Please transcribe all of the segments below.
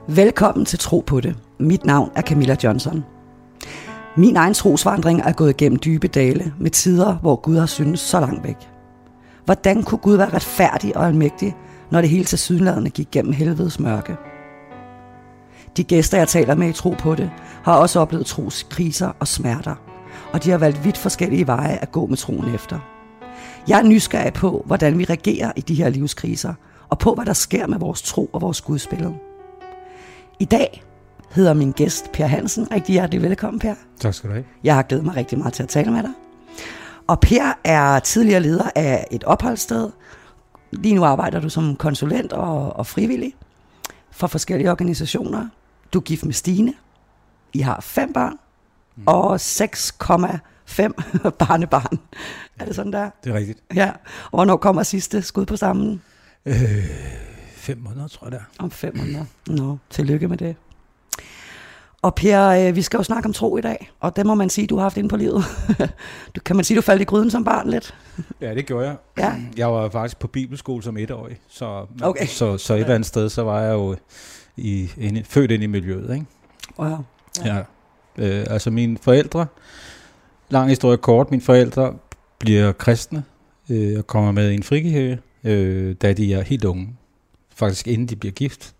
Velkommen til Tro på det. Mit navn er Camilla Johnson. Min egen trosvandring er gået igennem dybe dale med tider, hvor Gud har syntes så langt væk. Hvordan kunne Gud være retfærdig og almægtig, når det hele tilsyneladende gik gennem helvedes mørke? De gæster, jeg taler med i Tro på det, har også oplevet troskriser og smerter, og de har valgt vidt forskellige veje at gå med troen efter. Jeg er nysgerrig på, hvordan vi reagerer i de her livskriser, og på, hvad der sker med vores tro og vores gudsbillede. I dag hedder min gæst Per Hansen. Rigtig hjertelig velkommen, Per. Tak skal du have. Jeg har glædet mig rigtig meget til at tale med dig. Og Per er tidligere leder af et opholdssted. Lige nu arbejder du som konsulent og frivillig for forskellige organisationer. Du er gift med Stine. I har 5 børn og 6,5 barnebarn. Er det sådan der? Det er rigtigt. Ja. Og hvornår kommer sidste skud på stammen? 5 måneder, tror jeg det er. Om 5 måneder. Nå, tillykke med det. Og Per, vi skal jo snakke om tro i dag, og det må man sige, du har haft inde på livet. Kan man sige, du faldt i gryden som barn lidt? Ja, det gjorde jeg. Ja. Jeg var faktisk på bibelskole som 1-årig, så et eller andet sted, så var jeg jo født ind i miljøet, ikke? Wow. Ja. Altså mine forældre, lang historie kort, mine forældre bliver kristne og kommer med i en frikirke, da de er helt unge. Faktisk inden de bliver gift.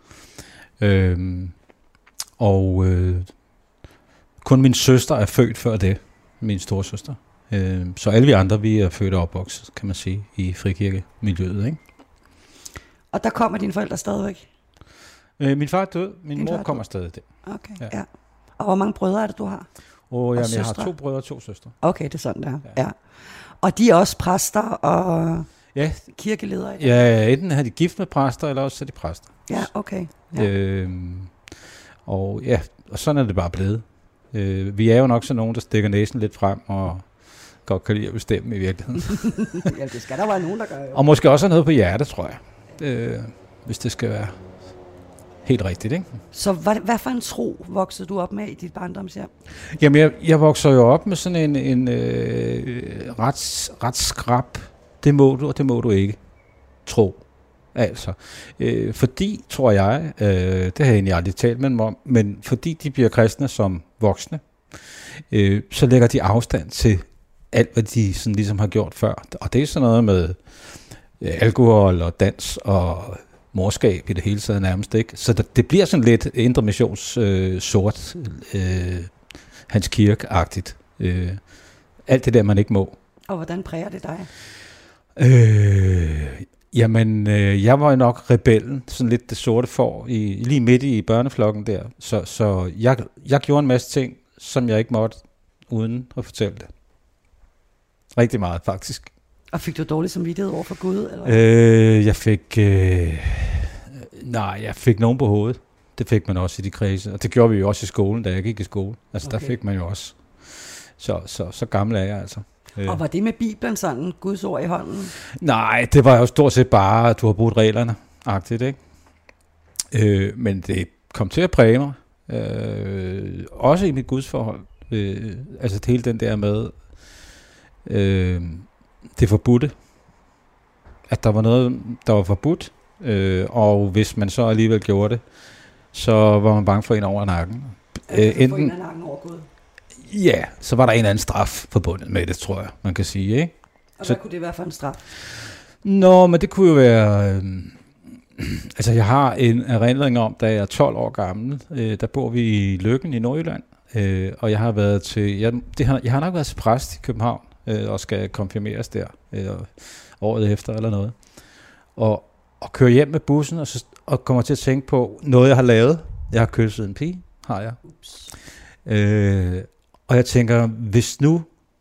Kun min søster er født før det, min storesøster. Så alle vi andre, vi er født og opvokset, kan man sige, i frikirkemiljøet, ikke? Og der kommer dine forældre stadigvæk? Min far er død, min mor kommer stadig der. Okay, ja. Og hvor mange brødre er det, du har? Jeg har 2 brødre og 2 søstre. Okay, det er sådan der, ja. Og de er også præster og kirkeledere? Ja, enten har de gift med præster, eller også er de præster. Ja, okay. Ja. Og sådan er det bare blevet. Vi er jo nok sådan nogen, der stikker næsen lidt frem og godt kan lide at bestemme i virkeligheden. Ja, det skal der være nogen, der gør. Og måske også noget på hjertet, tror jeg. Hvis det skal være helt rigtigt, ikke? Så hvad for en tro voksede du op med i dit barndomshjem? Jamen, jeg vokser jo op med sådan en ret skrap, det må du, og det må du ikke, tro. Altså, fordi, tror jeg, det har jeg egentlig aldrig talt med dem om, men fordi de bliver kristne som voksne, så lægger de afstand til alt, hvad de sådan ligesom har gjort før. Og det er sådan noget med alkohol og dans og morskab i det hele taget nærmest, ikke? Så det bliver sådan lidt Indre Missions sort, Hans Kirke-agtigt. Alt det der, man ikke må. Og hvordan præger det dig? Jamen, jeg var jo nok rebellen, sådan lidt det sorte får, lige midt i børneflokken der. Så jeg gjorde en masse ting, som jeg ikke måtte, uden at fortælle det. Rigtig meget, faktisk. Og fik du dårlig samvittighed over for Gud? Eller? Jeg fik nogen på hovedet. Det fik man også i de kredse. Og det gjorde vi jo også i skolen, da jeg gik i skole. Altså, der fik man jo også. Så gammel er jeg altså. Og var det med Bibelen sådan, Guds ord i hånden? Nej, det var jo stort set bare, at du har brugt reglerne, agtigt, ikke? Men det kom til at præge mig. Også i mit gudsforhold. Altså hele den der med det forbudte. At der var noget, der var forbudt. Og hvis man så alligevel gjorde det, så var man bange for en over nakken. Enten en nakken over Gud? Ja, så var der en eller anden straf forbundet med det, tror jeg, man kan sige, ikke? Og hvad kunne det være for en straf? Men det kunne jo være... altså, jeg har en erindring om, da jeg er 12 år gammel, der bor vi i Løkken i Nordjylland, og jeg har været til... Jeg har nok været til præst i København, og skal konfirmeres der, året efter eller noget. Og kører hjem med bussen, og kommer til at tænke på noget, jeg har lavet. Jeg har kysset en pige, har jeg. Og jeg tænker, hvis nu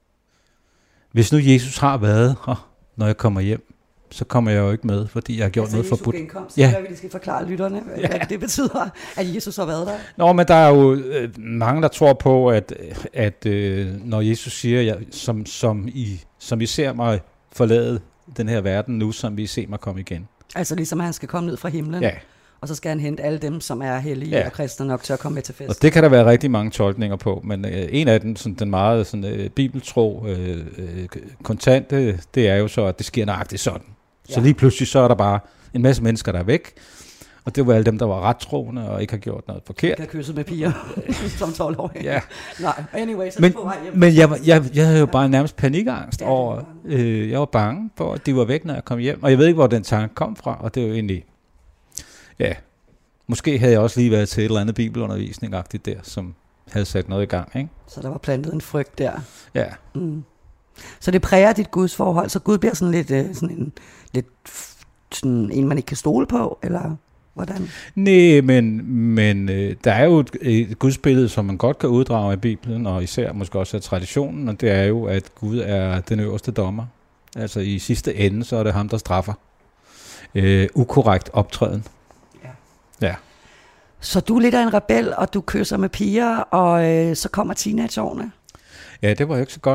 Jesus har været her, når jeg kommer hjem, så kommer jeg jo ikke med, fordi jeg har gjort noget forbudt. Ja. Hvad vil det skal forklare lytterne, hvad det betyder, at Jesus har været der? Men der er jo mange, der tror på, at når Jesus siger, som I ser mig forlade den her verden nu, som vi ser mig komme igen. Altså ligesom han skal komme ned fra himlen? Ja. Og så skal han hente alle dem, som er hellige og kristne nok til at komme med til fest. Og det kan der være rigtig mange tolkninger på, men en af dem, sådan, den meget sådan, bibeltro, kontante, det er jo så, at det sker nøjagtigt sådan. Så lige pludselig så er der bare en masse mennesker, der er væk, Og det var alle dem, der var rettroende og ikke har gjort noget forkert. Jeg har kysset med piger som 12-årig. Ja. Nej, anyway, så men, på vej hjem. Men jeg havde jo bare nærmest panikangst over, jeg var bange for, at de var væk, når jeg kom hjem. Og jeg ved ikke, hvor den tanke kom fra, og det er jo egentlig, ja, måske havde jeg også lige været til et eller andet bibelundervisning-agtigt der, som havde sat noget i gang, ikke? Så der var plantet en frygt der. Ja. Så det præger dit gudsforhold, så Gud bliver sådan lidt, sådan en, man ikke kan stole på, eller hvordan? Nej, men der er jo et gudsbillede, som man godt kan uddrage af Bibelen, og især måske også af traditionen, og det er jo, at Gud er den øverste dommer. Altså i sidste ende, så er det ham, der straffer ukorrekt optræden. Ja. Så du er lidt af en rebel, og du kysser med piger, og så kommer teenageårene? Ja, det var jo ikke så godt.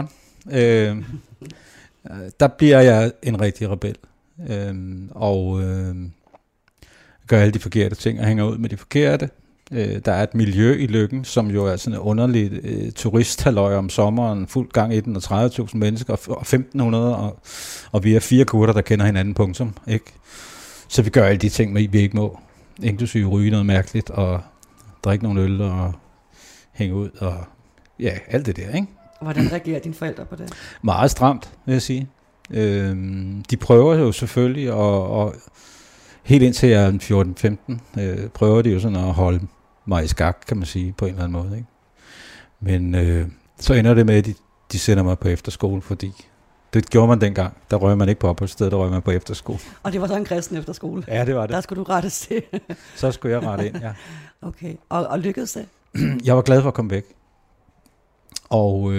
Der bliver jeg en rigtig rebel. Og gør alle de forkerte ting og hænger ud med de forkerte. Der er et miljø i Løkken, som jo er sådan et underligt turisthalløj om sommeren, fuld gang i den, og 30.000 mennesker, og 1.500, og vi er 4 gutter, der kender hinanden, punktum. Ikke? Så vi gør alle de ting, vi ikke må. Inklusive ryge noget mærkeligt, og drikke nogle øl, og hænge ud, og ja, alt det der, ikke? Hvordan reagerer dine forældre på det? Meget stramt, vil jeg sige. De prøver jo selvfølgelig, og helt indtil jeg er 14-15, prøver de jo sådan at holde mig i skak, kan man sige, på en eller anden måde, ikke? Men så ender det med, at de sender mig på efterskole, fordi det gjorde man dengang. Der røg man ikke på opholdsstedet, der røg man på efterskole. Og det var så en kristen efterskole? Ja, det var det. Der skulle du rettes til? Så skulle jeg rette ind, ja. Okay, og lykkedes det? Jeg var glad for at komme væk. Og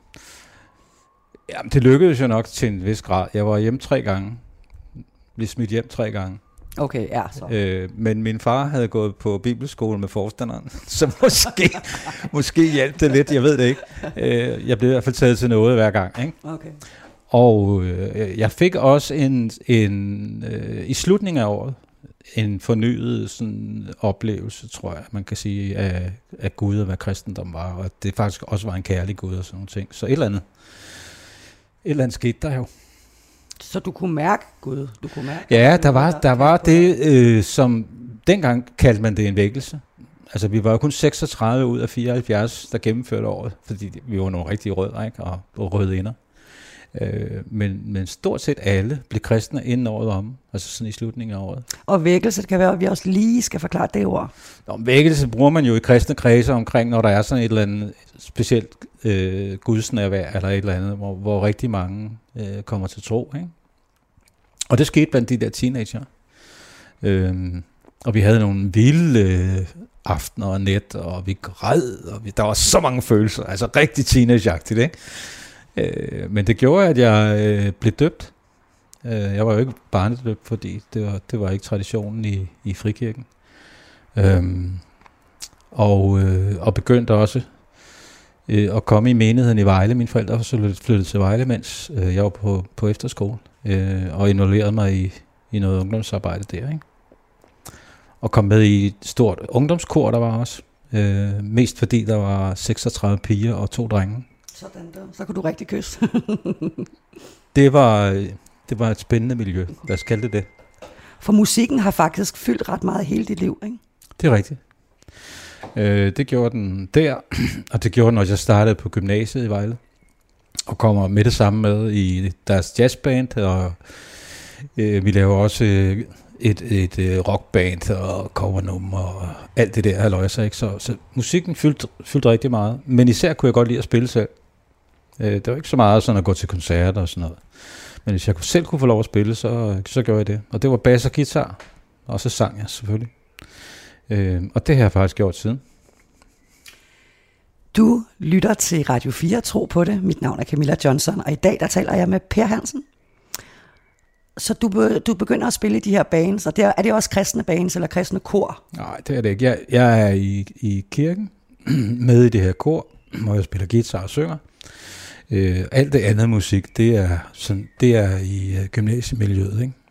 det lykkedes jo nok til en vis grad. Jeg var hjemme 3 gange. Blev smidt hjem 3 gange. Okay, ja. Så. Men min far havde gået på bibelskole med forstanderen, så måske hjalp det lidt, jeg ved det ikke. Jeg blev i hvert fald taget til noget hver gang, ikke? Okay. Og jeg fik også i slutningen af året en fornyet sådan oplevelse, tror jeg, man kan sige, af Gud og hvad kristendom var, og det faktisk også var en kærlig Gud og sådan nogle ting. Så et eller andet skete der jo. Så du kunne mærke Gud? Du kunne mærke, ja, der var det, som dengang kaldte man det en vækkelse. Altså vi var jo kun 36 ud af 74, der gennemførte året, fordi vi var nogle rigtig røde, ikke? Og røde inder. Men stort set alle blev kristne inden året om, altså sådan i slutningen af året. Og vækkelse, det kan være, at vi også lige skal forklare det ord. Vækkelse bruger man jo i kristne kredser omkring, når der er sådan et eller andet specielt gudsnærvær, eller et eller andet, hvor rigtig mange kommer til tro, ikke? Og det skete blandt de der teenager. Og vi havde nogle vilde aftener og net, og vi græd, og der var så mange følelser, altså rigtig teenageagtigt, ikke? Men det gjorde, at jeg blev døbt. Jeg var jo ikke barnedøbt, fordi det var ikke traditionen i frikirken. Og begyndte også at komme i menigheden i Vejle. Mine forældre var så flyttet til Vejle, mens jeg var på efterskole, og involverede mig i noget ungdomsarbejde der, ikke? Og kom med i et stort ungdomskor, der var også. Mest fordi der var 36 piger og 2 drenge. Sådan der. Så kunne du rigtig kysse. Det var et spændende miljø. Lad os kalde det. For musikken har faktisk fyldt ret meget hele dit liv, ikke? Det er rigtigt. Det gjorde den der, og det gjorde den, når jeg startede på gymnasiet i Vejle. Og kommer med det samme med i deres jazzband, og vi laver også et rockband og covernummer og alt det der halløjser, ikke? Så musikken fyldte rigtig meget, men især kunne jeg godt lide at spille selv. Det var ikke så meget sådan at gå til koncerter og sådan noget. Men hvis jeg selv kunne få lov at spille, så gjorde jeg det. Og det var bass og guitar, og så sang jeg selvfølgelig. Og det har jeg faktisk gjort siden. Du lytter til Radio 4, tro på det. Mit navn er Camilla Johnson, og i dag der taler jeg med Per Hansen. Så du begynder at spille i de her bands, og er det også kristne bands eller kristne kor? Nej, det er det ikke. Jeg er i kirken med i det her kor, hvor jeg spiller guitar og synger. Alt det andet musik, det er i gymnasiemiljøet, ikke?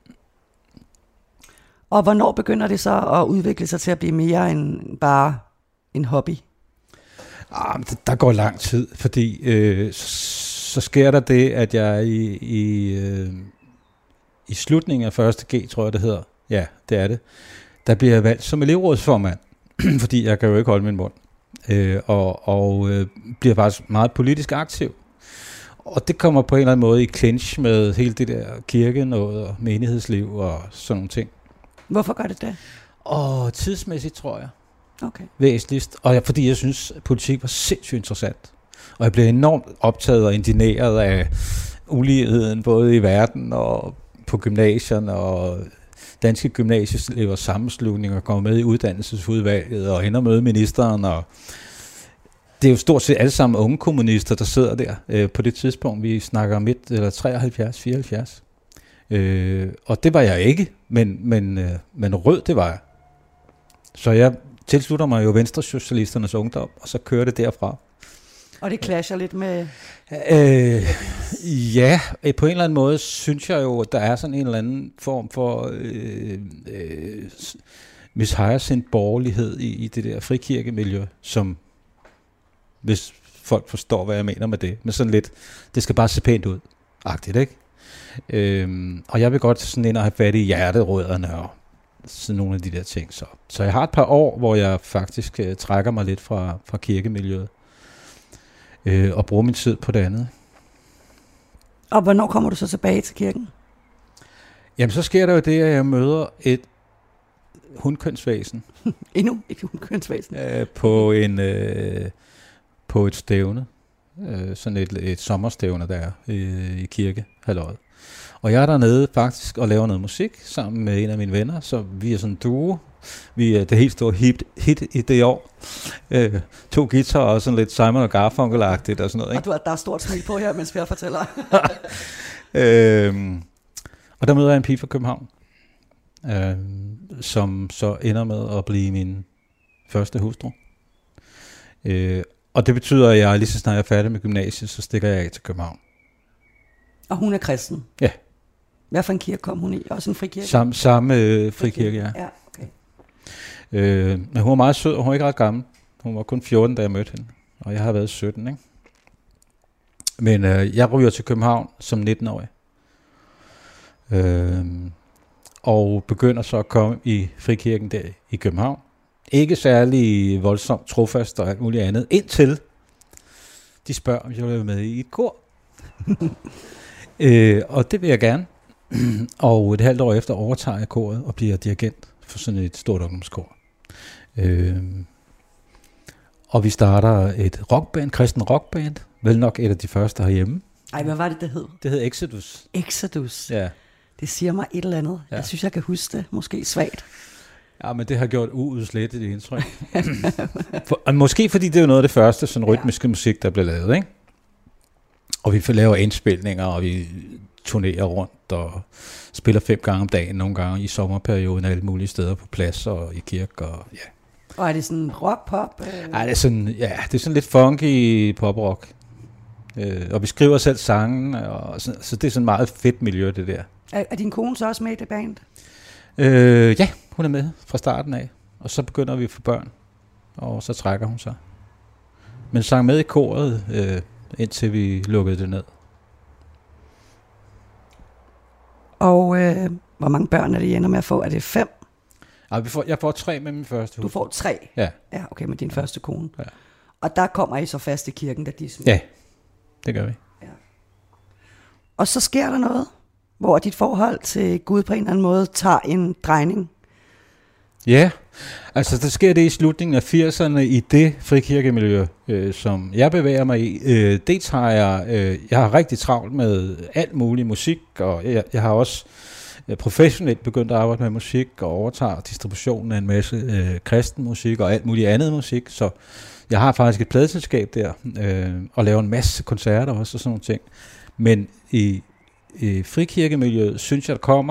Og hvornår begynder det så at udvikle sig til at blive mere end bare en hobby? Der går lang tid, fordi så sker der det, at jeg i slutningen af 1. G, tror jeg det hedder, ja, det er det, der bliver jeg valgt som elevrådsformand, fordi jeg kan jo ikke holde min mund, og bliver faktisk meget politisk aktiv. Og det kommer på en eller anden måde i clinch med hele det der kirkenået og menighedsliv og sådan nogle ting. Hvorfor gør det det? Og tidsmæssigt, tror jeg. Okay. Væsentligst. Og fordi jeg synes, at politik var sindssygt interessant. Og jeg blev enormt optaget og indigneret af uligheden, både i verden og på gymnasierne, og danske gymnasieelevers sammenslutninger kommer med i uddannelsesudvalget og ender møde ministeren. Og det er jo stort set alle sammen unge kommunister, der sidder der på det tidspunkt. Vi snakker midt eller 73, 74. Og det var jeg ikke, men rød, det var jeg. Så jeg tilslutter mig jo Venstresocialisternes Ungdom, og så kører det derfra. Og det clasher lidt med... Ja, på en eller anden måde synes jeg jo, at der er sådan en eller anden form for mishajrsendt borgerlighed i det der frikirkemiljø, som, hvis folk forstår, hvad jeg mener med det, men sådan lidt, det skal bare se pænt ud, agtigt, ikke? Og jeg vil godt sådan ind og have fat i hjerterødderne og sådan nogle af de der ting. Så jeg har et par år, hvor jeg faktisk trækker mig lidt fra kirkemiljøet og bruger min tid på det andet. Og hvornår kommer du så tilbage til kirken? Jamen, så sker der jo det, at jeg møder et hundkønsvæsen. Endnu et hundkønsvæsen? På et stævne. Sådan et sommerstævne, der er i kirkehalløjet. Og jeg er dernede faktisk og laver noget musik sammen med en af mine venner, så vi er sådan en duo. Vi er det helt store hit i det år. 2 guitarer og sådan lidt Simon og Garfunkel-agtigt og sådan noget. Ikke? Og der er stort smil på her, mens jeg fortæller. Og der møder jeg en pige fra København, som så ender med at blive min første hustru. Og det betyder, at jeg lige så snart jeg er færdig med gymnasiet, så stikker jeg af til København. Og hun er kristen? Ja. Hvad for en kirke kom hun i? Også en frikirke? Samme frikirke, ja. Ja, okay. Men hun var meget sød, og hun var ikke ret gammel. Hun var kun 14, da jeg mødte hende. Og jeg har været 17, ikke? Men jeg ryger til København som 19-årig. Og begynder så at komme i frikirken der i København. Ikke særlig voldsomt trofast og alt muligt andet. Indtil de spørger, om jeg vil være med i et kor. Og det vil jeg gerne. Og et halvt år efter overtager jeg koret og bliver dirigent for sådan et stort ungdomskor. Og vi starter et rockband, kristen rockband. Vel nok et af de første herhjemme. Ej, hvad var det hed? Det hed Exodus. Exodus? Ja. Det siger mig et eller andet. Ja. Jeg synes, jeg kan huske det. Måske svagt. Ja, men det har gjort uudslettet indtryk. Måske fordi det er jo noget af det første sådan rytmiske musik, der blev lavet, ikke? Og vi laver indspilninger, og vi turnerer rundt og spiller 5 gange om dagen, nogle gange i sommerperioden alle mulige steder på plads og i kirke og ja. Og er det sådan rock-pop? Ej, det er sådan lidt funky pop-rock. Og vi skriver selv sangen, og så det er sådan et meget fedt miljø, det der. Er din kone så også med i det band? Ja, hun er med fra starten af. Og så begynder vi at få børn, og så trækker hun sig. Men sang med i koret, indtil vi lukkede det ned. Og hvor mange børn er det, I ender med at få? Er det 5? Ja, jeg får 3 med min første hustru. Du får 3? Ja. Ja, okay, med din første kone. Ja. Og der kommer I så fast i kirken, da de Ja, det gør vi. Ja. Og så sker der noget, hvor dit forhold til Gud på en eller anden måde tager en drejning. Ja, altså der sker det i slutningen af 80'erne i det frikirkemiljø, som jeg bevæger mig i. Dels har jeg har rigtig travlt med alt mulig musik, og jeg har også professionelt begyndt at arbejde med musik og overtager distributionen af en masse kristen musik og alt muligt andet musik, så jeg har faktisk et pladeselskab der, og laver en masse koncerter også og sådan nogle ting. Men i frikirkemiljøet synes jeg, der kommer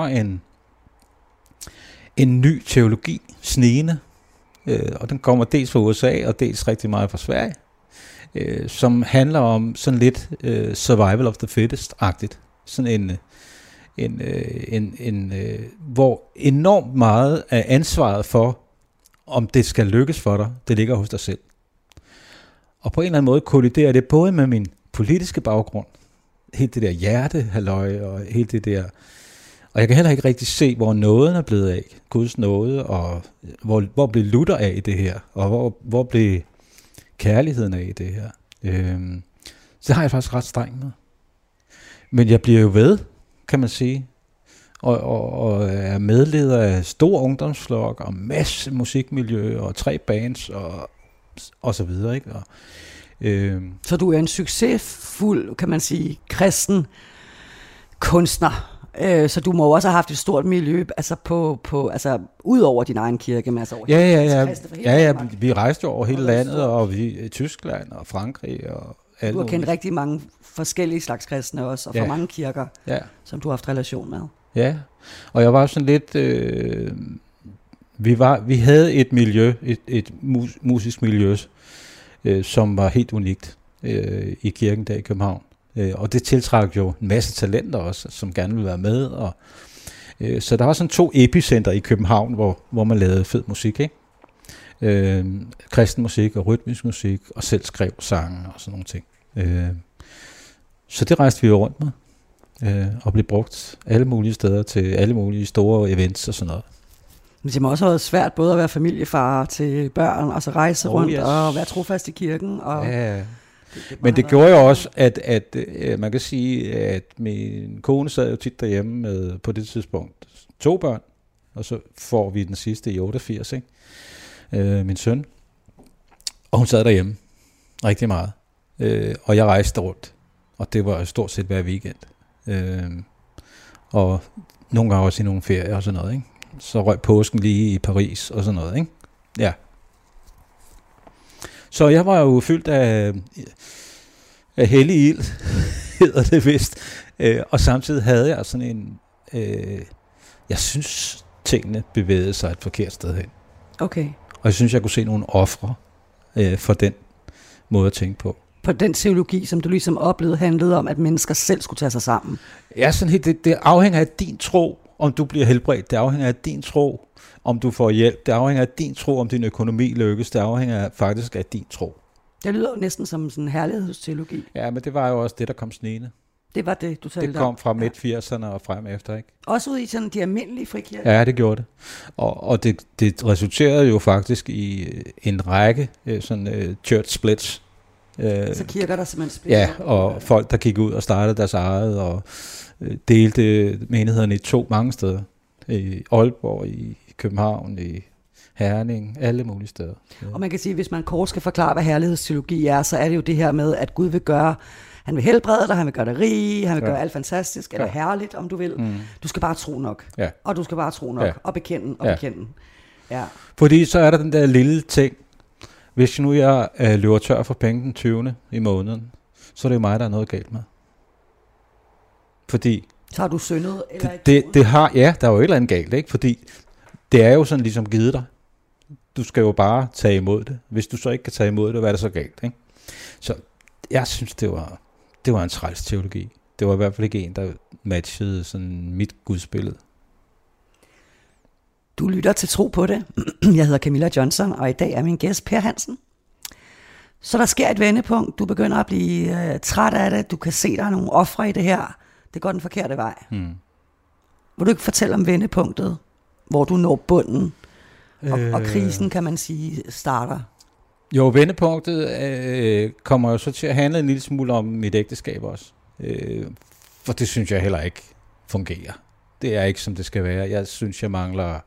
en ny teologi snigende, og den kommer dels fra USA og dels rigtig meget fra Sverige, som handler om sådan lidt survival of the fittest-agtigt. Sådan hvor enormt meget af ansvaret for, om det skal lykkes for dig, det ligger hos dig selv. Og på en eller anden måde kolliderer det både med min politiske baggrund, helt det der hjertehalløj og helt det der, Og jeg kan heller ikke rigtig se, hvor nåden er blevet af. Guds nåde, og hvor blev Luther af i det her? Og hvor blev kærligheden af i det her? Så har jeg faktisk ret strengt med. Men jeg bliver jo ved, kan man sige. Og er medleder af stor ungdomsflok, og masse musikmiljø, og 3 bands, og så videre, ikke? Så du er en succesfuld, kan man sige, kristen kunstner. Så du må også have haft et stort miljø, altså altså ud over din egen kirke, men altså over ja, vi rejste jo over hele landet, og vi i Tyskland og Frankrig og alle. Du har kendt rigtig mange forskellige slags kristne også, og fra mange kirker, som du har haft relation med. Ja, og jeg var sådan lidt, vi havde et miljø, et musisk miljø, som var helt unikt i kirken der i København. Og det tiltrak jo en masse talenter også, som gerne ville være med. Og, så der var sådan 2 epicenter i København, hvor man lavede fed musik, ikke? Kristen musik og rytmisk musik, og selv skrev sange og sådan nogle ting. Så det rejste vi jo rundt med, og blev brugt alle mulige steder til alle mulige store events og sådan noget. Men det må også have været svært både at være familiefar til børn, og så rejse rundt og være trofast i kirken. Og men det gjorde jo også, at man kan sige, at min kone sad jo tit derhjemme med på det tidspunkt 2 børn, og så får vi den sidste i 88, ikke? Min søn. Og hun sad derhjemme rigtig meget. Og jeg rejste rundt, og det var stort set hver weekend. Og nogle gange også i nogle ferier og sådan noget, ikke? Så røg påsken lige i Paris og sådan noget, ikke? Ja. Så jeg var jo fyldt af hellig ild, hedder det vist. Og samtidig havde jeg sådan en... jeg synes, tingene bevægede sig et forkert sted hen. Okay. Og jeg synes, jeg kunne se nogle ofre for den måde at tænke på. På den teologi, som du ligesom oplevede, handlede om, at mennesker selv skulle tage sig sammen. Ja, sådan helt, det afhænger af din tro, om du bliver helbredt. Det afhænger af din tro, om du får hjælp. Det afhænger af din tro, om din økonomi lykkes. Det afhænger faktisk af din tro. Det lyder jo næsten som sådan en herlighedsteologi. Ja, men det var jo også det, der kom snigende. Det var det, du talte om. Det kom fra midt-80'erne og frem efter, ikke? Også ud i sådan de almindelige frikirker? Ja, det gjorde det. Og det resulterede jo faktisk i en række church splits. Så kirker, der simpelthen splitter? Ja, og folk, der gik ud og startede deres eget, og delte menighederne i 2 mange steder. I Aalborg, i København, i Herning, alle mulige steder. Ja. Og man kan sige, at hvis man kort skal forklare, hvad herlighedsteologi er, så er det jo det her med, at Gud vil gøre, han vil helbrede dig, han vil gøre dig rig, han vil gøre alt fantastisk, eller herligt, om du vil. Mm. Du skal bare tro nok. Ja. Og du skal bare tro nok, og bekende, og bekende. Ja. Fordi så er der den der lille ting, hvis nu jeg løber tør for penge den 20. i måneden, så er det jo mig, der er noget galt med. Fordi... Så har du syndet? Eller der er jo et eller andet galt, ikke? Fordi det er jo sådan ligesom givet dig. Du skal jo bare tage imod det. Hvis du så ikke kan tage imod det, hvad er det så galt, ikke? Så jeg synes, det var en træls teologi. Det var i hvert fald ikke en, der matchede sådan mit gudsbillede. Du lytter til Tro på det. Jeg hedder Camilla Johnson, og i dag er min gæst Per Hansen. Så der sker et vendepunkt. Du begynder at blive træt af det. Du kan se, der er nogle ofre i det her. Det går den forkerte vej. Vil du ikke fortælle om vendepunktet, hvor du når bunden, og krisen, kan man sige, starter? Jo, vendepunktet kommer jo så til at handle en lille smule om mit ægteskab også. For det synes jeg heller ikke fungerer. Det er ikke, som det skal være. Jeg synes, jeg mangler...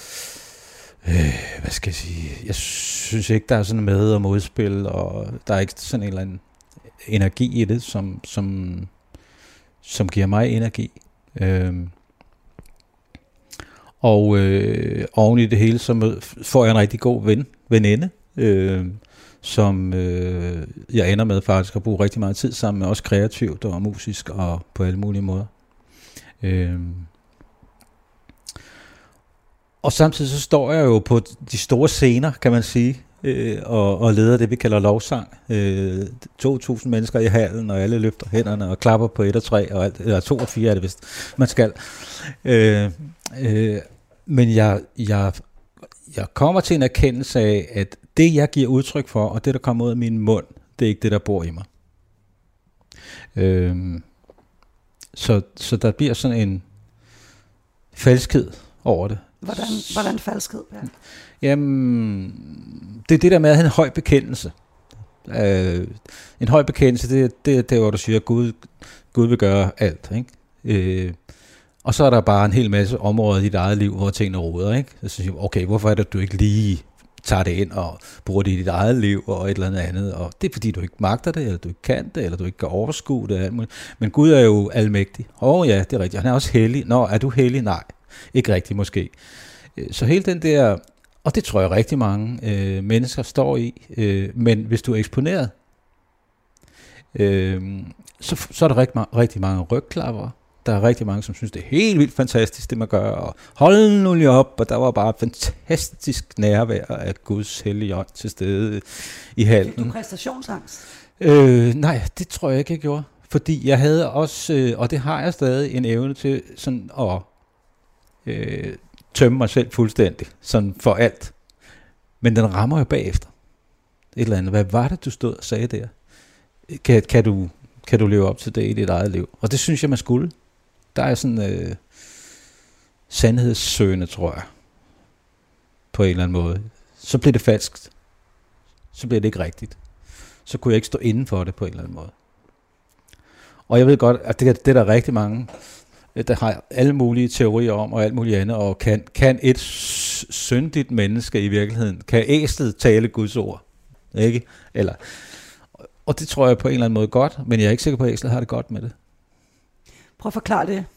hvad skal jeg sige? Jeg synes ikke, der er sådan med- og modspil, og der er ikke sådan en eller anden energi i det, som giver mig energi. Og oven i det hele, så får jeg en rigtig god veninde, som jeg ender med faktisk at bruge rigtig meget tid sammen med, også kreativt og musisk og på alle mulige måder. Og samtidig så står jeg jo på de store scener, kan man sige, og leder det, vi kalder lovsang. 2.000 mennesker i hallen, og alle løfter hænderne og klapper på 1 og 3, og alt, eller 2 og 4 er det vist, man skal. Men jeg kommer til en erkendelse af, at det, jeg giver udtryk for, og det, der kommer ud af min mund, det er ikke det, der bor i mig. Så der bliver sådan falskhed over det. Hvordan falskhed? Ja. Jamen, det er det der med at have en høj bekendelse. En høj bekendelse, det er, hvor du siger, at Gud vil gøre alt, ikke? Og så er der bare en hel masse områder i dit eget liv, hvor tingene roder, ikke? Så siger du, okay, hvorfor er det, at du ikke lige tager det ind og bruger det i dit eget liv og et eller andet, og det er fordi, du ikke magter det, eller du ikke kan det, eller du ikke kan overskue det. Men Gud er jo almægtig. Ja, det er rigtigt. Han er også hellig. Nå, er du hellig? Nej, ikke rigtigt måske. Så hele den der, og det tror jeg rigtig mange mennesker står i, men hvis du er eksponeret, så er der rigtig mange rygklapper. Der er rigtig mange, som synes, det er helt vildt fantastisk, det man gør, og hold nu lige op, og der var bare et fantastisk nærvær af Guds hellige ånd til stede i hallen. Fik du præstationsangst? Nej, det tror jeg ikke, jeg gjorde. Fordi jeg havde også, og det har jeg stadig, en evne til sådan at tømme mig selv fuldstændig, sådan for alt. Men den rammer jo bagefter. Et eller andet. Hvad var det, du stod og sagde der? Kan du leve op til det i dit eget liv? Og det synes jeg, man skulle. Der er sådan sandhedssøgende, tror jeg. På en eller anden måde. Så bliver det falskt. Så bliver det ikke rigtigt. Så kunne jeg ikke stå inden for det på en eller anden måde. Og jeg ved godt, at det er der rigtig mange, der har alle mulige teorier om, og alt muligt andet, og kan et syndigt menneske i virkeligheden, kan æslet tale Guds ord? Ikke? Og det tror jeg på en eller anden måde godt, men jeg er ikke sikker på, at æslet har det godt med det. Prøv at forklare det.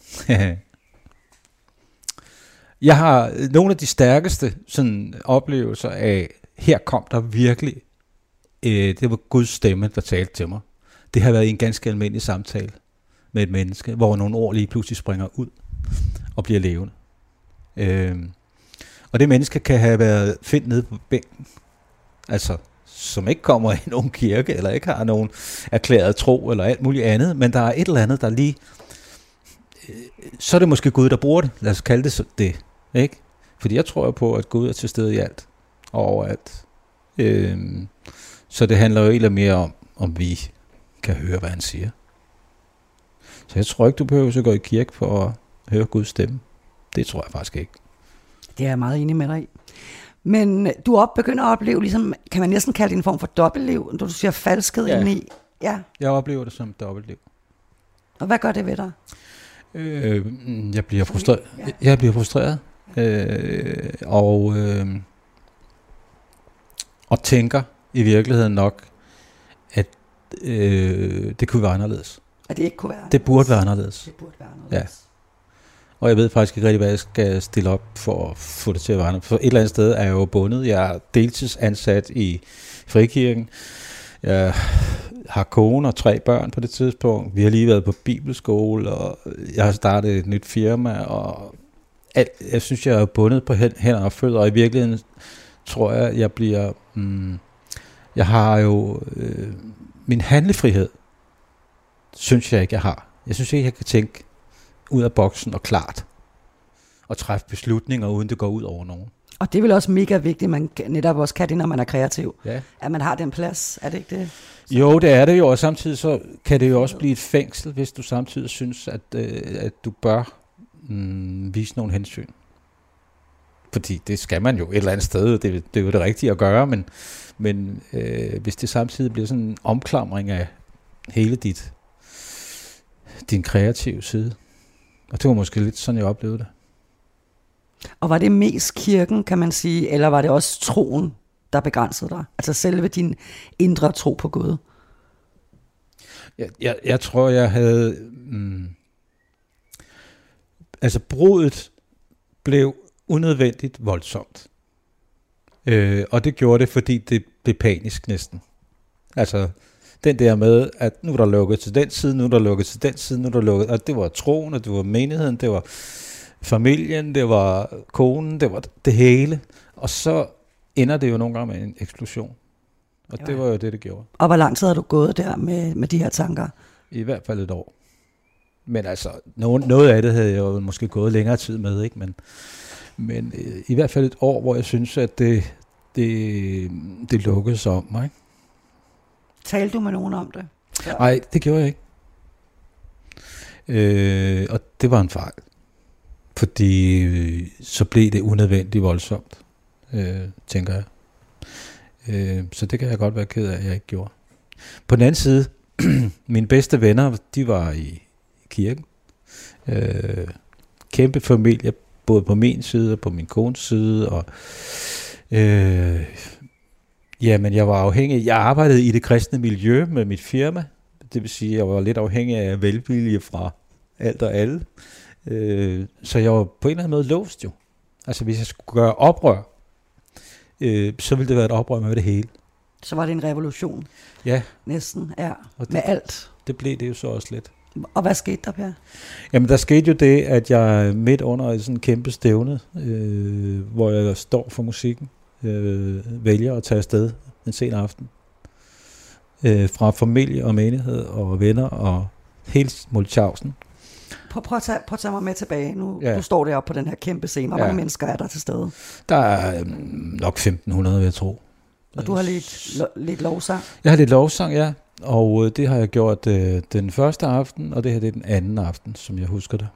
Jeg har nogle af de stærkeste sådan, oplevelser af, her kom der virkelig, det var Guds stemme, der talte til mig. Det har været en ganske almindelig samtale med et menneske, hvor nogle ord lige pludselig springer ud og bliver levende. Og det menneske kan have været findt nede på bænken, altså som ikke kommer i nogen kirke, eller ikke har nogen erklæret tro, eller alt muligt andet, men der er et eller andet, der lige, så er det måske Gud, der bruger det. Lad os kalde det det, ikke? Fordi jeg tror jo på, at Gud er til stede i alt, og overalt. Så det handler jo egentlig mere om vi kan høre, hvad han siger. Så jeg tror ikke, du behøver at gå i kirke for at høre Guds stemme. Det tror jeg faktisk ikke. Det er jeg meget enig med dig i. Men du begynder at opleve, ligesom, kan man næsten kalde det en form for dobbeltliv, når du siger falskhed indeni. Ja. Jeg oplever det som dobbeltliv. Og hvad gør det ved dig? Jeg bliver frustreret. Ja. Jeg bliver frustreret. Og tænker i virkeligheden nok, at det kunne være anderledes. At det ikke kunne være anderledes? Det burde være anderledes. Det burde være anderledes. Ja. Og jeg ved faktisk ikke rigtig, hvad jeg skal stille op for at få det til at være anderledes. For et eller andet sted er jeg jo bundet. Jeg er deltidsansat i Frikirken. Jeg har kone og 3 børn på det tidspunkt. Vi har lige været på bibelskole, og jeg har startet et nyt firma, og jeg synes, jeg er bundet på hænder og fødder, og i virkeligheden tror jeg bliver... jeg har jo... min handlefrihed, synes jeg ikke, jeg har. Jeg synes ikke, jeg kan tænke ud af boksen og klart, og træffe beslutninger, uden det går ud over nogen. Og det er vel også mega vigtigt, man netop også kan det, når man er kreativ. Ja. At man har den plads, er det ikke det? Så. Jo, det er det jo, og samtidig så kan det jo også blive et fængsel, hvis du samtidig synes, at du bør vise nogle hensyn. Fordi det skal man jo et eller andet sted, det er jo det rigtige at gøre, men hvis det samtidig bliver sådan en omklamring af hele din kreative side. Og det var måske lidt sådan, jeg oplevede det. Og var det mest kirken, kan man sige, eller var det også troen, der begrænsede dig? Altså selve din indre tro på Gud? Jeg tror, jeg havde... altså bruddet blev unødvendigt voldsomt. Og det gjorde det, fordi det blev panisk næsten. Altså den der med, at nu er der lukket til den side, nu er der lukket til den side, nu er der lukket... Og det var troen, og det var menigheden, det var familien, det var konen, det var det hele. Og så ender det jo nogle gange med en eksplosion. Og det var jo det gjorde. Og hvor lang tid har du gået der med de her tanker? I hvert fald et år. Men altså, noget af det havde jeg jo måske gået længere tid med, ikke? Men i hvert fald et år, hvor jeg synes, at det lukkede sig om mig. Talte du med nogen om det? Nej, det gjorde jeg ikke. Og det var en fejl. fordi så blev det unødvendigt voldsomt, tænker jeg. Så det kan jeg godt være ked af, at jeg ikke gjorde. På den anden side, mine bedste venner, de var i kirken. Kæmpe familie, både på min side og på min kones side, og men jeg var afhængig. Jeg arbejdede i det kristne miljø med mit firma. Det vil sige, at jeg var lidt afhængig af velvilje fra alt og alle. Så jeg var på en eller anden måde låst jo. Altså hvis jeg skulle gøre oprør, så ville det være et oprør med det hele. Så var det en revolution. Ja. Næsten, ja. Det, med alt. Det blev det jo så også lidt. Og hvad skete der, Per? Jamen der skete jo det, at jeg midt under et sådan kæmpe stævne, hvor jeg står for musikken, vælger at tage afsted en sen aften. Fra familie og menighed og venner og hele Mulchausen. Prøv at tage mig med tilbage. Nu du står deroppe på den her kæmpe scene. Hvor mange mennesker er der til stede? Der er nok 1500, vil jeg tro. Og du har lidt lovsang? Jeg har lidt lovsang, ja. Og det har jeg gjort den første aften, og det her det er den anden aften, som jeg husker det.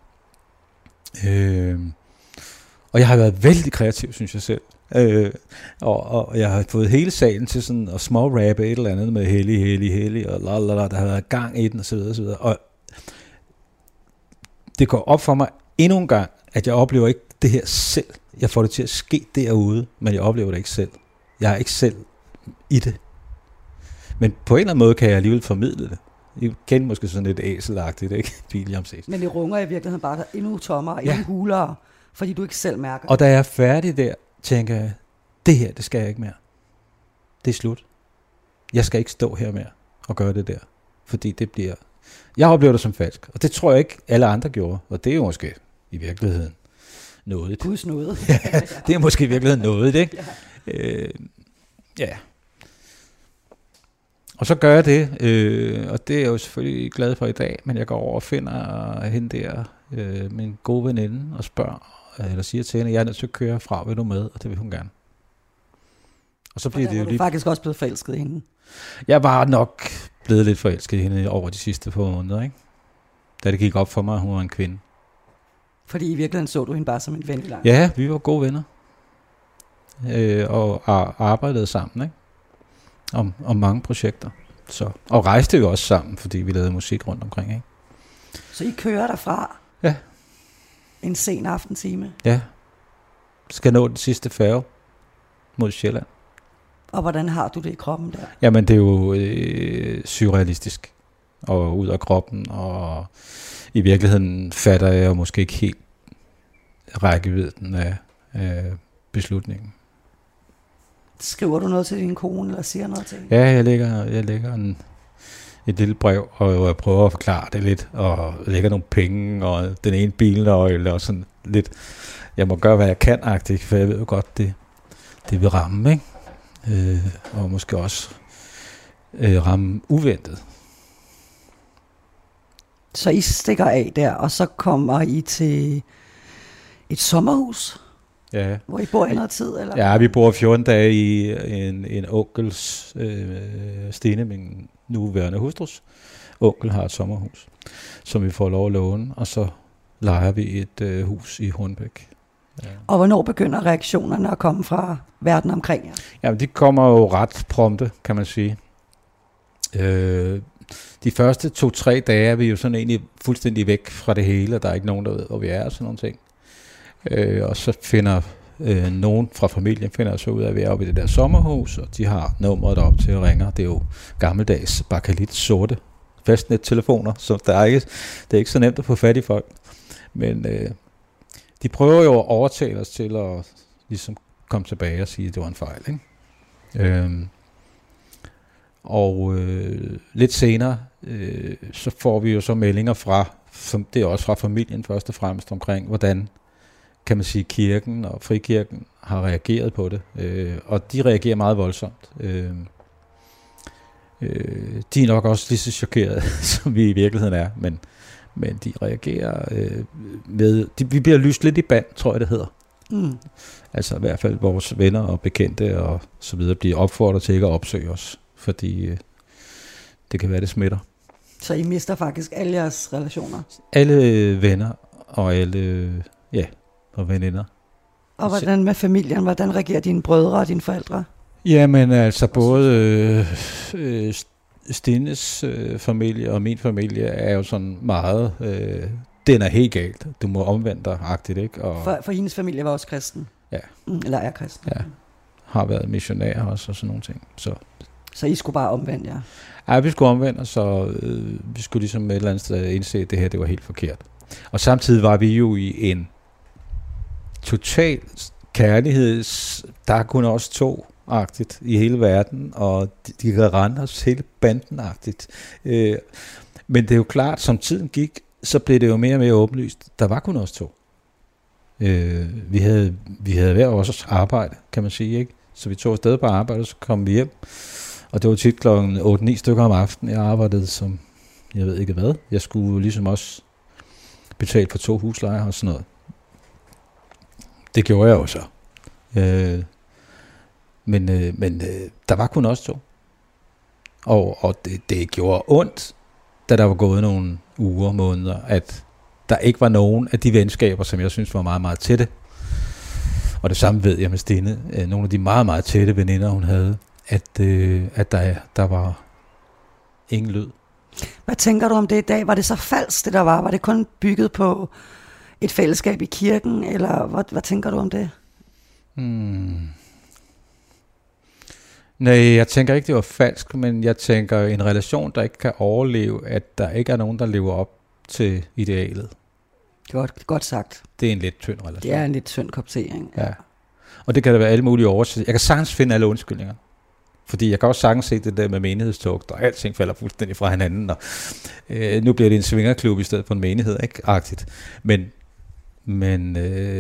Og jeg har været vældig kreativ, synes jeg selv. Og jeg har fået hele salen til sådan at smårappe et eller andet med hellig, og lalala, der har været gang i den, og så videre, og så videre. Og det går op for mig endnu en gang, at jeg oplever ikke det her selv. Jeg får det til at ske derude, men jeg oplever det ikke selv. Jeg er ikke selv i det. Men på en eller anden måde kan jeg alligevel formidle det. I kender måske sådan lidt æselagtigt, ikke? Men det runger i virkeligheden bare endnu tommere, endnu hulere, fordi du ikke selv mærker. Og da jeg er færdig der, tænker jeg, det her, det skal jeg ikke mere. Det er slut. Jeg skal ikke stå her mere og gøre det der. Fordi det bliver... Jeg oplever det som falsk. Og det tror jeg ikke alle andre gjorde. Og det er jo måske i virkeligheden noget. Guds nåde. Ja, det er måske i virkeligheden noget, ikke? Ja. Og så gør jeg det, og det er jeg jo selvfølgelig glad for i dag, men jeg går over og finder hende der, min gode veninde, og spørger, eller siger til hende, jeg er nødt til at køre fra, vil du med? Og det vil hun gerne. Og så bliver det jo lige... faktisk også blevet forelsket i hende? Jeg var nok blevet lidt forelsket i hende over de sidste par måneder, ikke? Da det gik op for mig, at hun var en kvinde. Fordi i virkeligheden så du hende bare som en ven i lang. Ja, vi var gode venner. Og arbejdede sammen, ikke? Om mange projekter. Så, og rejste jo også sammen, fordi vi lavede musik rundt omkring, ikke? Så I kører derfra? Ja. En sen aftentime? Ja. Skal nå den sidste færge mod Sjælland. Og hvordan har du det i kroppen der? Jamen det er jo surrealistisk. Og ud af kroppen, og i virkeligheden fatter jeg jo måske ikke helt rækkevidden af beslutningen. Skriver du noget til din kone, eller siger noget til hende? Ja, jeg lægger et lille brev, og jeg prøver at forklare det lidt, og lægger nogle penge, og den ene bilnøgle, og sådan lidt, jeg må gøre, hvad jeg kan-agtigt, for jeg ved jo godt, det vil ramme, ikke? Og måske også ramme uventet. Så I stikker af der, og så kommer I til et sommerhus? Ja. Hvor I bor i noget tid, eller? Ja, vi bor 14 dage i en onkels, Stine, min nuværende hustrus onkel, har et sommerhus, som vi får lov at låne, og så lejer vi et hus i Hornbæk. Ja. Og hvornår begynder reaktionerne at komme fra verden omkring jer? Jamen, de kommer jo ret prompte, kan man sige. De første 2-3 dage er vi jo sådan egentlig fuldstændig væk fra det hele, og der er ikke nogen, der ved, hvor vi er og sådan nogle ting. Og så finder nogen fra familien finder så ud af, at vi er oppe i det der sommerhus, og de har nummeret op til at ringe. Det er jo gammeldags bakalit sorte fastnet-telefoner, så det er ikke så nemt at få fat i folk. Men de prøver jo at overtale os til at ligesom komme tilbage og sige, at det var en fejl, ikke? Og lidt senere, så får vi jo så meldinger fra, det er også fra familien først og fremmest, omkring hvordan, kan man sige, kirken og frikirken har reageret på det. Og de reagerer meget voldsomt. De er nok også lige så chokerede, som vi i virkeligheden er, men de reagerer med, vi bliver lyst lidt i band, tror jeg det hedder. Mm. Altså i hvert fald vores venner og bekendte og så videre bliver opfordret til ikke at opsøge os, fordi det kan være, det smitter. Så I mister faktisk alle jeres relationer? Alle venner og alle, Ja, og veninder. Og hvordan med familien? Hvordan reagerer dine brødre og dine forældre? Jamen altså, både Stines familie og min familie er jo sådan meget... den er helt galt. Du må omvende dig-agtigt, ikke? Og, for hendes familie var også kristen? Ja. Eller er kristen? Ja. Har været missionærer også og sådan nogle ting. Så I skulle bare omvende jer? Ja, vi skulle omvende os, så vi skulle ligesom et eller andet sted indse, at det her det var helt forkert. Og samtidig var vi jo i en total kærligheds... Der er kun også to-agtigt i hele verden, og de kan rende os hele banden-agtigt. Men det er jo klart, som tiden gik, så blev det jo mere og mere åbenlyst. Der var kun os to. Vi havde hver vores arbejde, kan man sige, ikke? Så vi tog afsted på arbejde, og så kom vi hjem. Og det var tit klokken 8-9 stykker om aftenen. Jeg arbejdede som, jeg ved ikke hvad. Jeg skulle ligesom også betale for 2 huslejer og sådan noget. Det gjorde jeg jo så. Men der var kun os to. Og det gjorde ondt, da der var gået nogle uger, måneder, at der ikke var nogen af de venskaber, som jeg synes var meget, meget tætte. Og det samme ved jeg med Stine. Nogle af de meget, meget tætte veninder, hun havde, at der var ingen lyd. Hvad tænker du om det i dag? Var det så falsk, det der var? Var det kun bygget på et fællesskab i kirken, eller hvad tænker du om det? Nej, jeg tænker ikke, det var falsk, men jeg tænker en relation, der ikke kan overleve, at der ikke er nogen, der lever op til idealet. Godt sagt. Det er en lidt tynd relation. Det er en lidt tynd kop te, ikke? Ja. Og det kan der være alle mulige årsager. Jeg kan sagtens finde alle undskyldninger. Fordi jeg kan også sagtens se det der med menighedstogt, og alting falder fuldstændig fra hinanden, og nu bliver det en svingerklub i stedet for en menighed, ikke? Agtigt. Men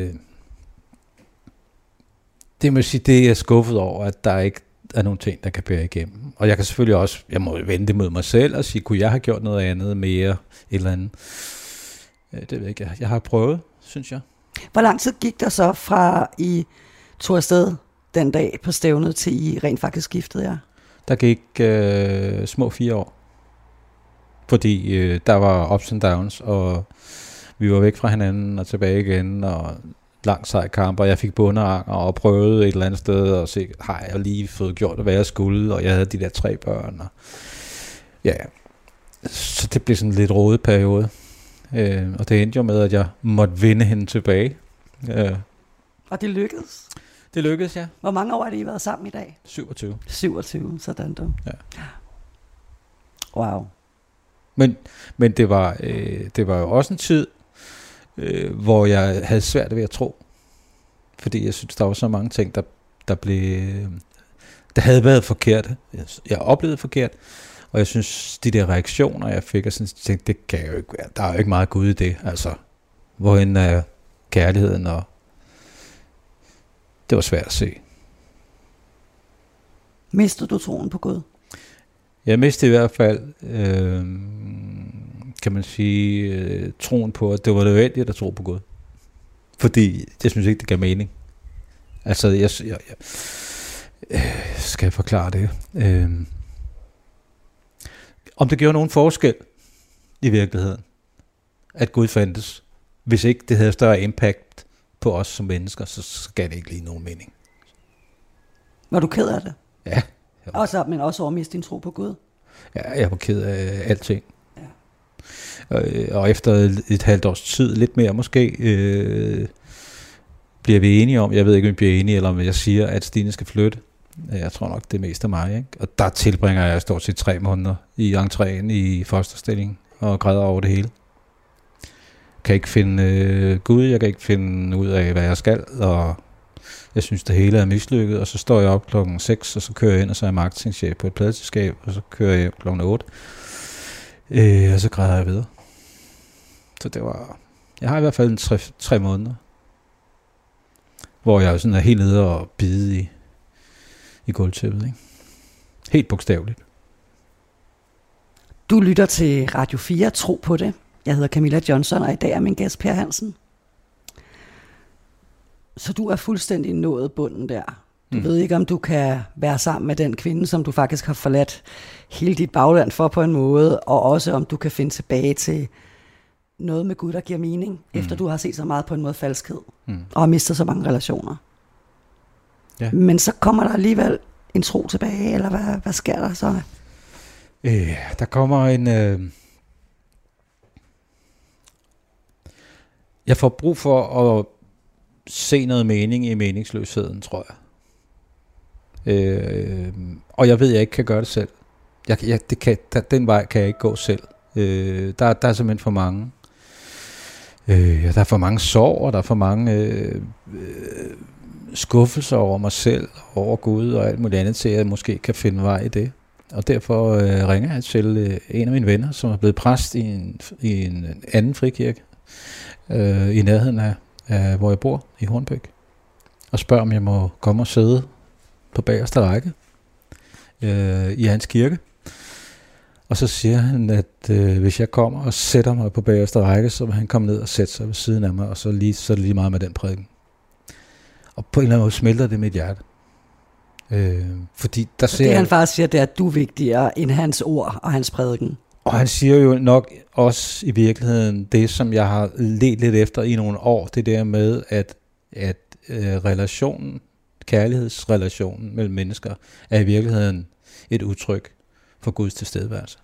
det må sige, det er skuffet over, at der ikke er nogle ting, der kan bære igennem. Og jeg kan selvfølgelig også, jeg må vende det mod mig selv og sige, kunne jeg have gjort noget andet, mere, et eller andet. Det ved jeg ikke. Jeg har prøvet, synes jeg. Hvor lang tid gik der så fra I tog afsted den dag på stævnet, til I rent faktisk skiftede jer? Der gik små 4 år. Fordi der var ups and downs, og vi var væk fra hinanden og tilbage igen, og lang sej kamp, og jeg fik bundeanger og prøvede et eller andet sted, og se, har jeg lige fået gjort, hvad jeg skulle, og jeg havde de der 3 børn. Og ja, så det blev sådan en lidt rodet periode. Og det endte jo med, at jeg måtte vinde hende tilbage. Og det lykkedes? Det lykkedes, ja. Hvor mange år har I været sammen i dag? 27. 27, sådan du. Ja. Wow. Men det var jo også en tid, hvor jeg havde svært ved at tro. Fordi jeg synes, der var så mange ting, der havde været forkerte. Jeg oplevede forkert. Og jeg synes, de der reaktioner, jeg fik, og sådan tænkte, det kan jo ikke være. Der er jo ikke meget Gud i det. Altså, hvorhen er kærligheden, og det var svært at se. Mistede du troen på Gud? Jeg mistede i hvert fald, kan man sige, troen på, at det var nødvendigt at tro på Gud. Fordi jeg synes ikke, det gav mening. Altså, jeg skal forklare det. Om det gjorde nogen forskel i virkeligheden, at Gud fandtes. Hvis ikke det havde større impact på os som mennesker, så gav det ikke lige nogen mening. Var du ked af det? Ja. Men også over at miste din tro på Gud? Ja, jeg var ked af alting. Ja. Og efter et halvt års tid, lidt mere måske, bliver vi enige om, jeg ved ikke, om vi bliver enige, eller om jeg siger, at Stine skal flytte. Jeg tror nok, det er mest af mig, ikke? Og der tilbringer jeg stort set 3 måneder i entréen i fosterstilling og græder over det hele. Jeg kan ikke finde Gud, jeg kan ikke finde ud af, hvad jeg skal, og jeg synes, det hele er mislykket, og så står jeg op klokken 6, og så kører jeg ind, og så er jeg marketingchef på et pladeselskab, og så kører jeg hjem klokken 8, og så græder jeg videre. Så det var, jeg har i hvert fald 3 måneder, hvor jeg sådan er helt nede og bide i gulvtæppet, ikke? Helt bogstaveligt. Du lytter til Radio 4, Tro på det. Jeg hedder Camilla Johnson, og i dag er min gæst Per Hansen. Så du er fuldstændig nået bunden der. Du ved ikke, om du kan være sammen med den kvinde, som du faktisk har forladt hele dit bagland for på en måde, og også om du kan finde tilbage til noget med Gud, der giver mening, efter du har set så meget på en måde falskhed, og har mistet så mange relationer. Ja. Men så kommer der alligevel en tro tilbage, eller hvad sker der så? Der kommer en... Jeg får brug for at se noget mening i meningsløsheden, tror jeg. Og jeg ved, at jeg ikke kan gøre det selv. Den vej kan jeg ikke gå selv. Der er simpelthen for mange. Der er for mange sorg, og der er for mange skuffelser over mig selv, over Gud og alt muligt andet, til at jeg måske kan finde vej i det. Og derfor ringer jeg til en af mine venner, som er blevet præst i en anden frikirke, i nærheden af hvor jeg bor, i Hornbæk, og spørger, om jeg må komme og sidde på bagerste række i hans kirke. Og så siger han, at hvis jeg kommer og sætter mig på bagerste række, så vil han komme ned og sætte sig ved siden af mig, og så er det lige meget med den prædiken. Og på en eller anden måde smelter det mit hjerte. Fordi der ser det han faktisk siger, det er, at du er vigtigere end hans ord og hans prædiken. Og han siger jo nok også i virkeligheden det, som jeg har ledt lidt efter i nogle år, det der med, at relationen, kærlighedsrelationen mellem mennesker, er i virkeligheden et udtryk for Guds tilstedeværelse.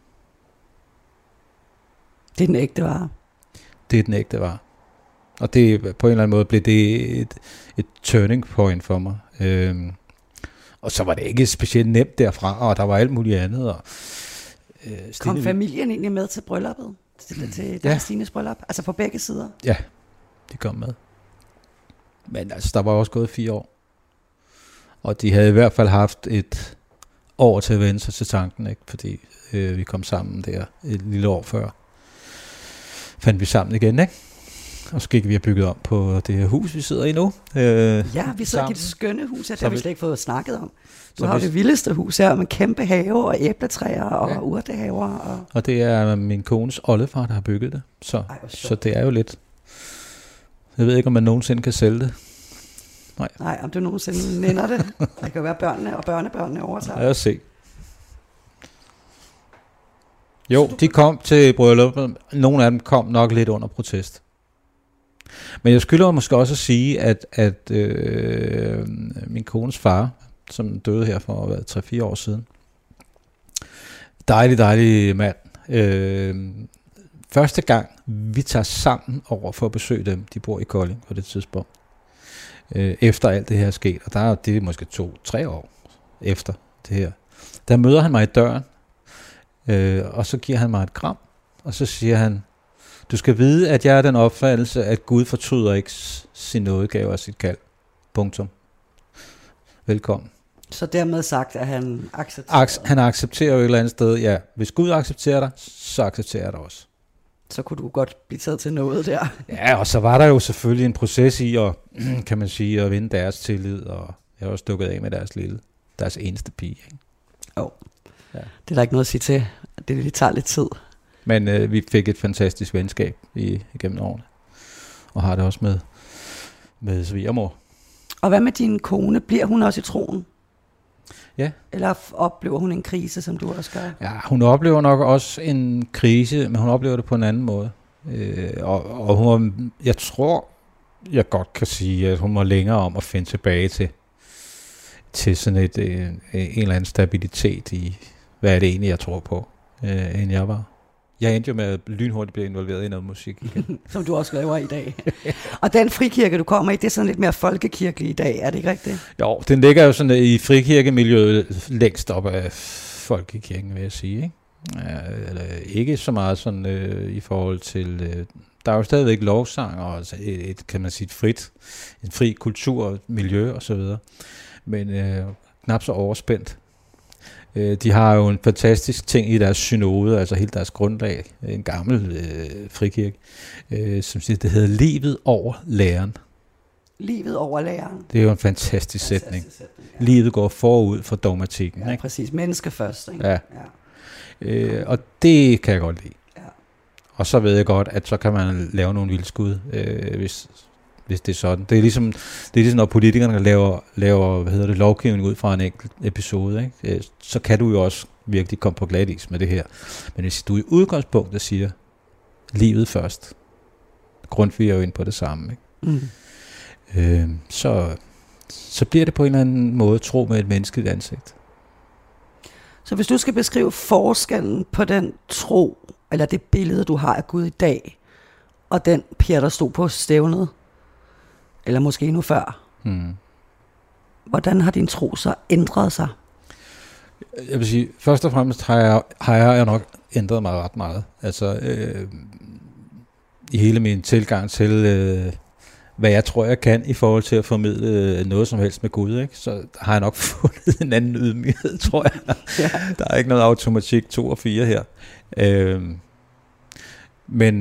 Det er den ægte vare. Det er den ægte vare. Og det, på en eller anden måde blev det et turning point for mig. Og så var det ikke specielt nemt derfra, og der var alt muligt andet. Og, kom familien egentlig med til brylluppet? Til Stines bryllup? Altså på begge sider? Ja, de kom med. Men altså, der var også gået 4 år. Og de havde i hvert fald haft et år til at vende sig til tanken, ikke? Fordi vi kom sammen der et lille år før. Fandt vi sammen igen, ikke? Og så gik vi og bygget om på det her hus, vi sidder i nu. Ja, vi sidder i et skønne hus her, det har vi slet ikke fået snakket om. Du har det vildeste hus her, med kæmpe have og æbletræer og urtehaver. Og det er min kones oldefar, der har bygget det. Så det er jo lidt... Jeg ved ikke, om man nogensinde kan sælge det. Nej, om du nogensinde nænder det. Det kan være børnene og børnebørnene overtager. Lad os se. Jo, de kom til brylluppet. Nogle af dem kom nok lidt under protest. Men jeg skylder måske også at sige, at min kones far, som døde her for 3-4 år siden, dejlig mand. Første gang vi tager sammen over for at besøge dem, de bor i Kolding på det tidspunkt, efter alt det her er sket, og det er måske 2-3 år efter det her, der møder han mig i døren, og så giver han mig et kram, og så siger han: du skal vide, at jeg er den opfattelse, at Gud fortryder ikke sin nådegave og sit kald. Punktum. Velkommen. Så dermed sagt, at han accepterer han accepterer jo et eller andet sted, ja. Hvis Gud accepterer dig, så accepterer jeg dig også. Så kunne du godt blive taget til noget der. Ja, og så var der jo selvfølgelig en proces i at, kan man sige, at vinde deres tillid, og jeg har også stukket af med deres eneste pige. Ikke? Ja. Det er der ikke noget at sige til. Det tager lidt tid. Men vi fik et fantastisk venskab igennem årene, og har det også med svigermor. Og hvad med din kone? Bliver hun også i troen? Ja. Eller oplever hun en krise, som du også gør? Ja, hun oplever nok også en krise, men hun oplever det på en anden måde. Og hun, jeg tror, jeg godt kan sige, at hun må længere om at finde tilbage til sådan en eller anden stabilitet i, hvad er det egentlig, jeg tror på, end jeg var. Jeg endte jo med at lynhurtigt blive involveret i noget musik igen. Som du også laver i dag. Og den frikirke, du kommer i, det er sådan lidt mere folkekirkelig i dag, er det ikke rigtigt? Jo, den ligger jo sådan i frikirkemiljøet længst op af folkekirken, vil jeg sige. Ikke, ikke så meget sådan i forhold til... der er jo stadigvæk lovsang og altså kan man sige, en fri kultur, miljø og så videre. Men knap så overspændt. De har jo en fantastisk ting i deres synode, altså helt deres grundlag, en gammel frikirke, som siger, det hedder livet over læren. Livet over læren. Det er jo en fantastisk sætning. Ja. Livet går forud for dogmatikken. Ja, ikke? Præcis. Menneske først. Ikke? Ja. Og det kan jeg godt lide. Ja. Og så ved jeg godt, at så kan man lave nogle vildskud, hvis det er sådan. Det er ligesom når politikerne laver lovgivning ud fra en enkelt episode, ikke? Så kan du jo også virkelig komme på glatis med det her. Men hvis du i udgangspunktet siger, livet først. Grundtvig er jo inde på det samme. Ikke? Så bliver det på en eller anden måde tro med et menneskeligt ansigt. Så hvis du skal beskrive forskellen på den tro, eller det billede, du har af Gud i dag, og den Per, der stod på stævnet, eller måske endnu før, hvordan har din tro så ændret sig? Jeg vil sige, først og fremmest har jeg nok ændret mig ret meget. Altså, i hele min tilgang til, hvad jeg tror, jeg kan i forhold til at formidle noget som helst med Gud, ikke? Så har jeg nok fundet en anden ydmyghed, tror jeg. Ja. Der er ikke noget automatik 2 og 4 her. Men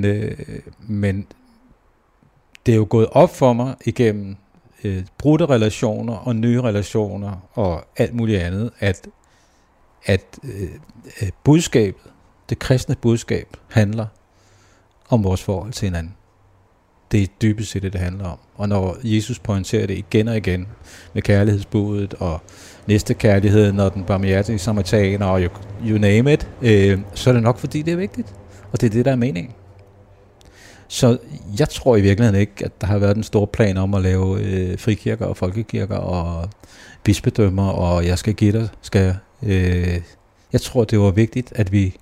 det er jo gået op for mig igennem brudte relationer og nye relationer og alt muligt andet, at budskabet, det kristne budskab, handler om vores forhold til hinanden. Det er dybest set det handler om. Og når Jesus pointerer det igen og igen med kærlighedsbudet og næstekærligheden og den barmhjertige samaritaner og you name it, så er det nok fordi det er vigtigt. Og det er det, der er meningen. Så jeg tror i virkeligheden ikke, at der har været den store plan om at lave frikirker og folkekirker og bispedømmer, og jeg skal give dig, jeg tror, det var vigtigt, at vi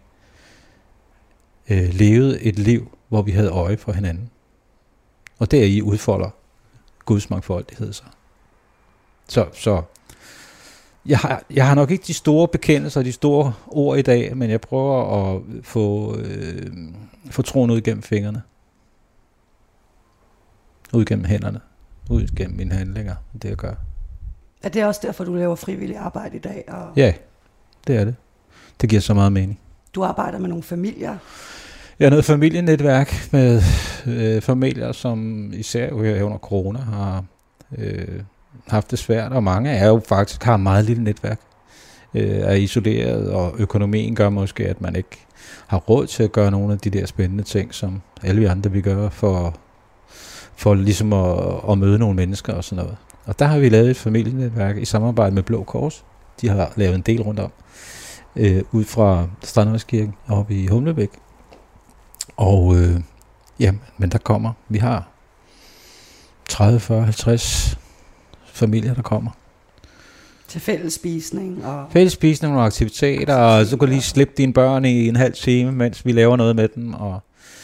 levede et liv, hvor vi havde øje for hinanden. Og deri udfolder Guds mangfoldighed sig. Så jeg har nok ikke de store bekendelser, de store ord i dag, men jeg prøver at få troen ud gennem fingrene. Ud gennem hænderne. Ud gennem mine handlinger. Det jeg gør. Er det også derfor, du laver frivillig arbejde i dag? Ja, det er det. Det giver så meget mening. Du arbejder med nogle familier? Jeg har noget familienetværk med familier, som især her under corona har haft det svært, og mange er jo faktisk har et meget lille netværk, er isoleret, og økonomien gør måske, at man ikke har råd til at gøre nogle af de der spændende ting, som alle vi andre vil gøre for ligesom at møde nogle mennesker og sådan noget. Og der har vi lavet et familienetværk i samarbejde med Blå Kors. De har lavet en del rundt om, ud fra Strandvejskirken oppe i Humlebæk. Og men der kommer, vi har 30, 40, 50 familier, der kommer. Til fællesspisning og... Fællesspisning og aktiviteter, og så kan du lige slippe dine børn i en halv time, mens vi laver noget med dem, og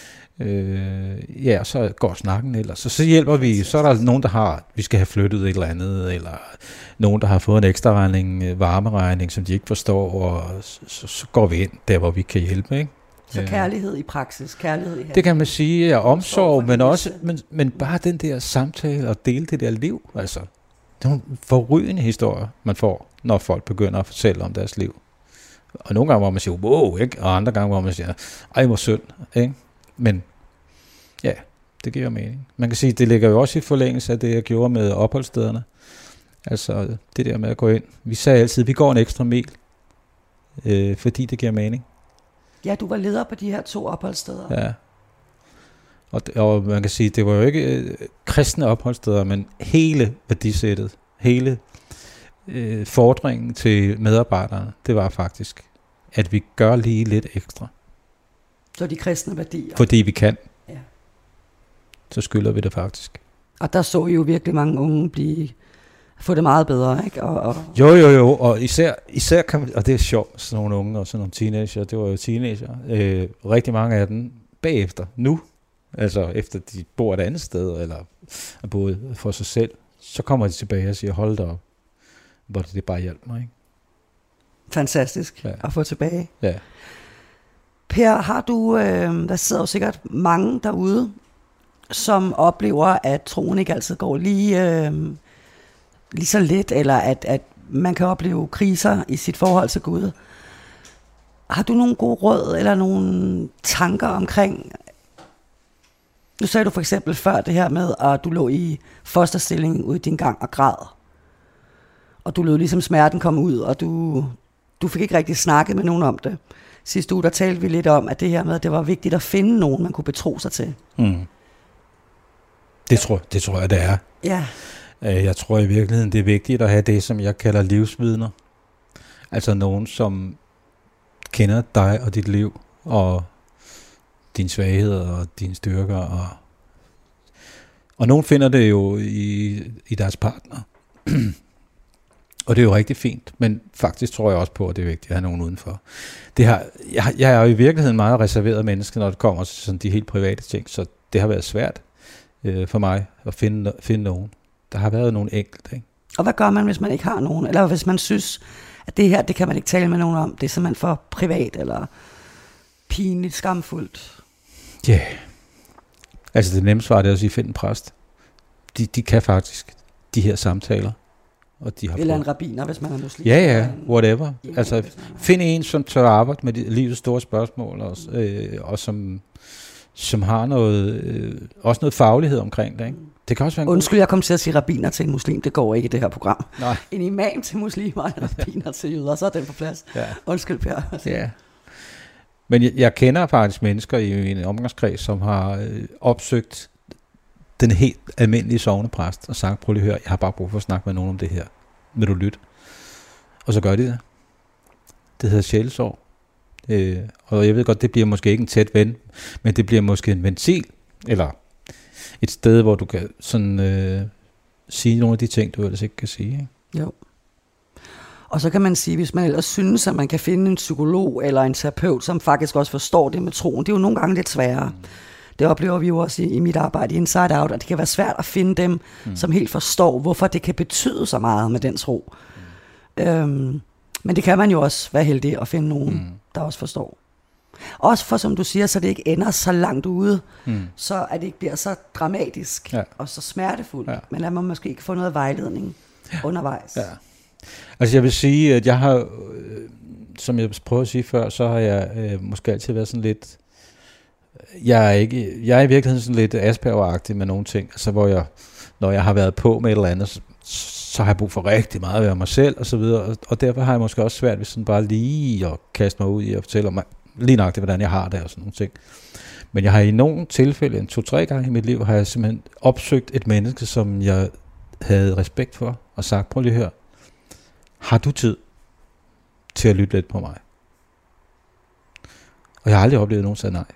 så går snakken ellers. Så hjælper vi, så er der nogen, der har, vi skal have flyttet et eller andet, eller nogen, der har fået en ekstra regning, varmeregning, som de ikke forstår, og så går vi ind der, hvor vi kan hjælpe, ikke? Så kærlighed i praksis, kærlighed i her. Det kan man sige, ja, omsorg, men også, men bare den der samtale og dele det der liv, altså. Det er nogle forrygende historier, man får, når folk begynder at fortælle om deres liv. Og nogle gange, hvor man siger, wow, ikke? Og andre gange, hvor man siger, ej, hvor synd, ikke? Men ja, det giver mening. Man kan sige, det ligger jo også i forlængelse af det, jeg gjorde med opholdsstederne. Altså det der med at gå ind. Vi sagde altid, vi går en ekstra mil, fordi det giver mening. Ja, du var leder på de her 2 opholdssteder. Ja. Og man kan sige, det var jo ikke kristne opholdssteder, men hele værdisættet, hele fordringen til medarbejderne, det var faktisk, at vi gør lige lidt ekstra. Så de kristne værdier. Fordi vi kan. Ja. Så skylder vi det faktisk. Og der så I jo virkelig mange unge få det meget bedre, ikke? Jo, og især kan man, og det er sjovt, sådan nogle unge og sådan nogle teenager, det var jo teenager, rigtig mange af dem bagefter, nu, altså efter de bor et andet sted, eller er boet for sig selv, så kommer de tilbage og siger, hold da op, hvor det bare hjalp mig, ikke? Fantastisk at få tilbage. Ja. Per, har du, der sidder jo sikkert mange derude, som oplever, at troen ikke altid går lige så let, eller at man kan opleve kriser i sit forhold til Gud. Har du nogle gode råd, eller nogle tanker omkring, nu sagde du for eksempel før det her med, at du lå i fosterstilling ude i din gang og græd, og du lød ligesom smerten komme ud, og du fik ikke rigtig snakket med nogen om det. Sidste uge, der talte vi lidt om, at det her med, at det var vigtigt at finde nogen, man kunne betro sig til. Mm. Det tror jeg, det er. Ja. Jeg tror i virkeligheden, det er vigtigt at have det, som jeg kalder livsvidner. Altså nogen, som kender dig og dit liv, og dine svagheder og dine styrker. Og nogen finder det jo i deres partner. Og det er jo rigtig fint, men faktisk tror jeg også på, at det er vigtigt at have nogen udenfor. Jeg er jo i virkeligheden meget reserveret menneske, når det kommer til sådan de helt private ting, så det har været svært for mig at finde nogen. Der har været nogle enkelte, ikke? Og hvad gør man, hvis man ikke har nogen? Eller hvis man synes, at det her, det kan man ikke tale med nogen om, det er simpelthen for privat eller pinligt, skamfuldt? Ja. Yeah. Altså det nemmeste var det at sige, find en præst. De kan faktisk de her samtaler. Og de har eller en rabbiner, hvis man er muslim. Ja, whatever. Altså find en, som tør arbejde med livets store spørgsmål, og som har noget, også noget faglighed omkring det, ikke? Det kan også være undskyld, jeg kom til at sige rabbiner til en muslim. Det går ikke i det her program. Nej. En imam til muslimer, en rabbiner til jøder, så er den på plads. Ja. Undskyld, Per. Ja. Men jeg kender faktisk mennesker i en omgangskreds, som har opsøgt den helt almindelige sognepræst og sagt, prøv lige at høre, jeg har bare brug for at snakke med nogen om det her. Vil du lytte? Og så gør de det. Det hedder sjælesorg. Og jeg ved godt, det bliver måske ikke en tæt ven, men det bliver måske en ventil, eller et sted, hvor du kan sådan sige nogle af de ting, du ellers ikke kan sige. Ikke? Jo. Og så kan man sige, hvis man ellers synes, at man kan finde en psykolog eller en terapeut, som faktisk også forstår det med troen, det er jo nogle gange lidt sværere. Det oplever vi jo også i mit arbejde i Inside Out, at det kan være svært at finde dem, som helt forstår, hvorfor det kan betyde så meget med den tro. Men det kan man jo også være heldig at finde nogen, der også forstår. Også for, som du siger, så det ikke ender så langt ude, så at det ikke bliver så dramatisk og så smertefuldt, men at man måske ikke får noget vejledning undervejs. Ja. Altså jeg vil sige, at jeg har, som jeg prøvede at sige før, så har jeg måske altid været sådan lidt, jeg er i virkeligheden sådan lidt Asperger-agtig med nogle ting, altså hvor jeg, når jeg har været på med et eller andet, så har jeg brug for rigtig meget at være mig selv og så videre, og derfor har jeg måske også svært ved sådan bare lige at kaste mig ud i at fortælle mig lige nøjagtigt, hvordan jeg har det og sådan nogle ting. Men jeg har i nogle tilfælde, 2-3 gange i mit liv, har jeg simpelthen opsøgt et menneske, som jeg havde respekt for, og sagt, prøv lige at høre, har du tid til at lytte lidt på mig? Og jeg har aldrig oplevet, at nogen sagde nej.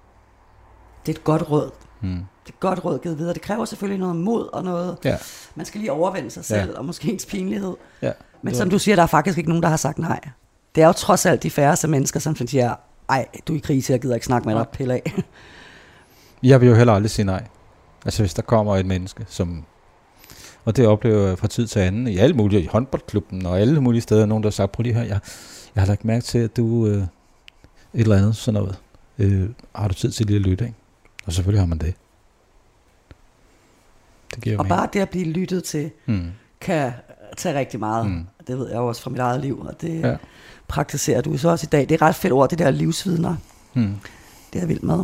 Det er et godt råd. Det er et godt råd givet videre. Det kræver selvfølgelig noget mod og noget. Ja. Man skal lige overvinde sig selv, og måske ens pinlighed. Ja. Men som du siger, der er faktisk ikke nogen, der har sagt nej. Det er jo trods alt de færreste mennesker, som siger, ej, du er i krise, jeg gider ikke snakke med dig, pille af. Jeg vil jo heller aldrig sige nej. Altså hvis der kommer et menneske, som... Og det oplever jeg fra tid til anden, i alle mulige, i håndboldklubben og alle mulige steder, nogen der har sagt, prøv lige her, jeg har lagt mærke til, at du et eller andet sådan noget, har du tid til lige at lytte, ikke? Og selvfølgelig har man det. Det giver og bare det at blive lyttet til, kan tage rigtig meget. Det ved jeg også fra mit eget liv, og det praktiserer du så også i dag. Det er et ret fedt ord, det der livsvidner. Det er jeg vild med.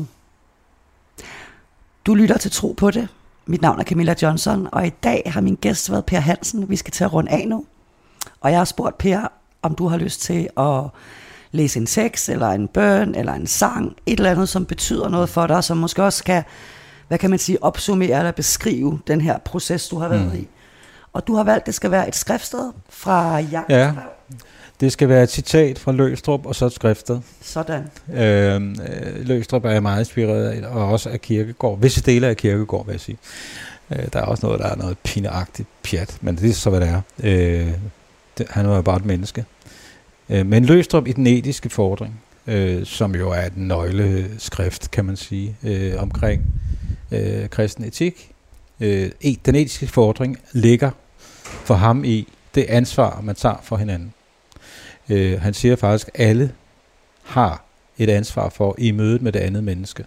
Du lytter til Tro på det. Mit navn er Camilla Johnson, og i dag har min gæst været Per Hansen. Vi skal til at runde af nu. Og jeg har spurgt Per, om du har lyst til at læse en tekst, eller en bøn, eller en sang, et eller andet, som betyder noget for dig, som måske også kan, hvad kan man sige, opsummere eller beskrive den her proces, du har været i. Og du har valgt, at det skal være et skriftsted fra Jakobs brev. Det skal være et citat fra Løgstrup, og så et skriftsted. Sådan. Løgstrup er jeg meget inspireret af, og også af Kierkegaard. Visse dele af Kierkegaard, vil jeg sige. Der er også noget, der er noget pineagtigt pjat, men det er så, hvad det er. Han var jo bare et menneske. Men Løgstrup i den etiske fordring, som jo er et nøgleskrift, kan man sige, omkring kristen etik. Den etiske fordring ligger for ham i det ansvar, man tager for hinanden. Han siger faktisk, at alle har et ansvar for i mødet med det andet menneske.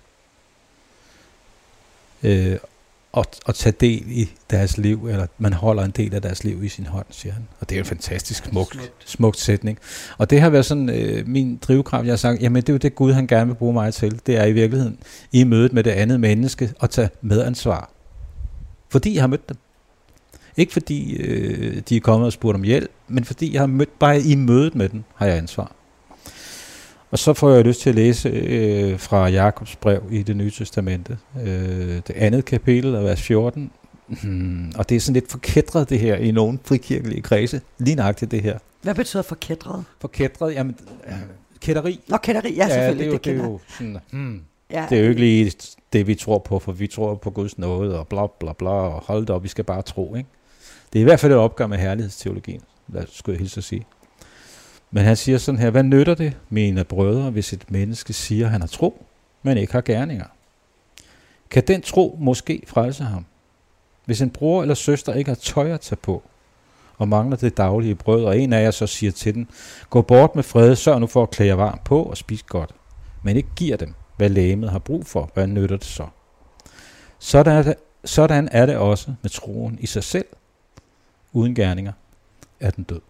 Og tage del i deres liv, eller man holder en del af deres liv i sin hånd, siger han. Og det er jo en fantastisk smukt sætning. Og det har været sådan min drivkraft, jeg har sagt, jamen det er jo det Gud, han gerne vil bruge mig til. Det er i virkeligheden i mødet med det andet menneske, at tage medansvar. Fordi jeg har mødt dem. Ikke fordi de er kommet og spurgt om hjælp, men fordi jeg har mødt, bare i mødet med dem, har jeg ansvar. Og så får jeg lyst til at læse fra Jakobs brev i Det Nye Testamente. Det andet kapitel af vers 14. Og det er sådan lidt forkætret det her i nogle frikirkelige kredse. Lige nøjagtigt det her. Hvad betyder forkætret? Forkætret, jamen kætteri. Nå, kætteri, ja selvfølgelig. Det er jo sådan, Ja, det er jo ikke lige det, vi tror på, for vi tror på Guds nåde, og bla bla bla, og hold det op, vi skal bare tro, ikke? Det er i hvert fald et opgør med herlighedsteologien, skulle jeg hilse at sige. Men han siger sådan her, hvad nytter det, mine brødre, hvis et menneske siger, han har tro, men ikke har gerninger? Kan den tro måske frelse ham? Hvis en bror eller søster ikke har tøj at tage på, og mangler det daglige brød, og en af jer så siger til den, gå bort med fred, sørg nu for at klæde jer varmt på og spise godt, men ikke giver dem, hvad legemet har brug for, hvad nytter det så? Sådan er det også med troen i sig selv. Uden gerninger er den død.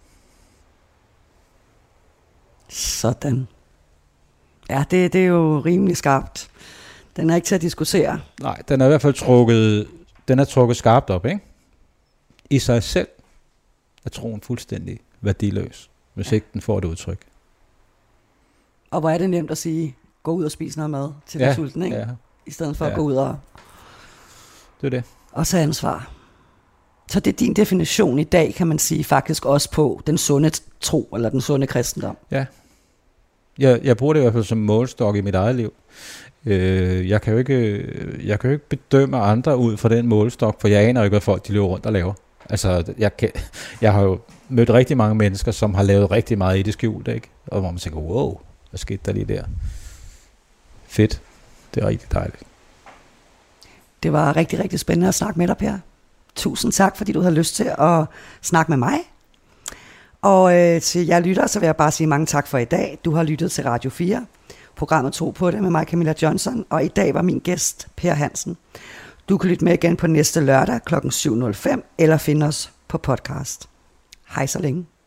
Sådan. Ja, det er jo rimelig skarpt. Den er ikke til at diskutere. Nej, den er i hvert fald trukket skarpt op, ikke? I sig selv er troen fuldstændig værdiløs, hvis ikke den får et udtryk. Og hvor er det nemt at sige, gå ud og spise noget mad til den sulten, ikke? Ja. I stedet for at gå ud og... Det er det. Og tage ansvar. Så det er din definition i dag, kan man sige, faktisk også på den sunde tro, eller den sunde kristendom. Ja. Jeg bruger det i hvert fald som målstok i mit eget liv. Jeg kan jo ikke bedømme andre ud fra den målestok, for jeg aner jo ikke, hvad folk de løber rundt og laver. Altså, jeg har jo mødt rigtig mange mennesker, som har lavet rigtig meget i det skjulte, ikke? Og hvor man tænker, wow, hvad skete der lige der? Fedt. Det er rigtig dejligt. Det var rigtig, rigtig spændende at snakke med dig, Per. Tusind tak, fordi du havde lyst til at snakke med mig. Og til jer lyttere, så vil jeg bare sige mange tak for i dag. Du har lyttet til Radio 4. Programmet Tro på det med mig, Camilla Johnson. Og i dag var min gæst, Per Hansen. Du kan lytte med igen på næste lørdag kl. 7.05, eller finde os på podcast. Hej så længe.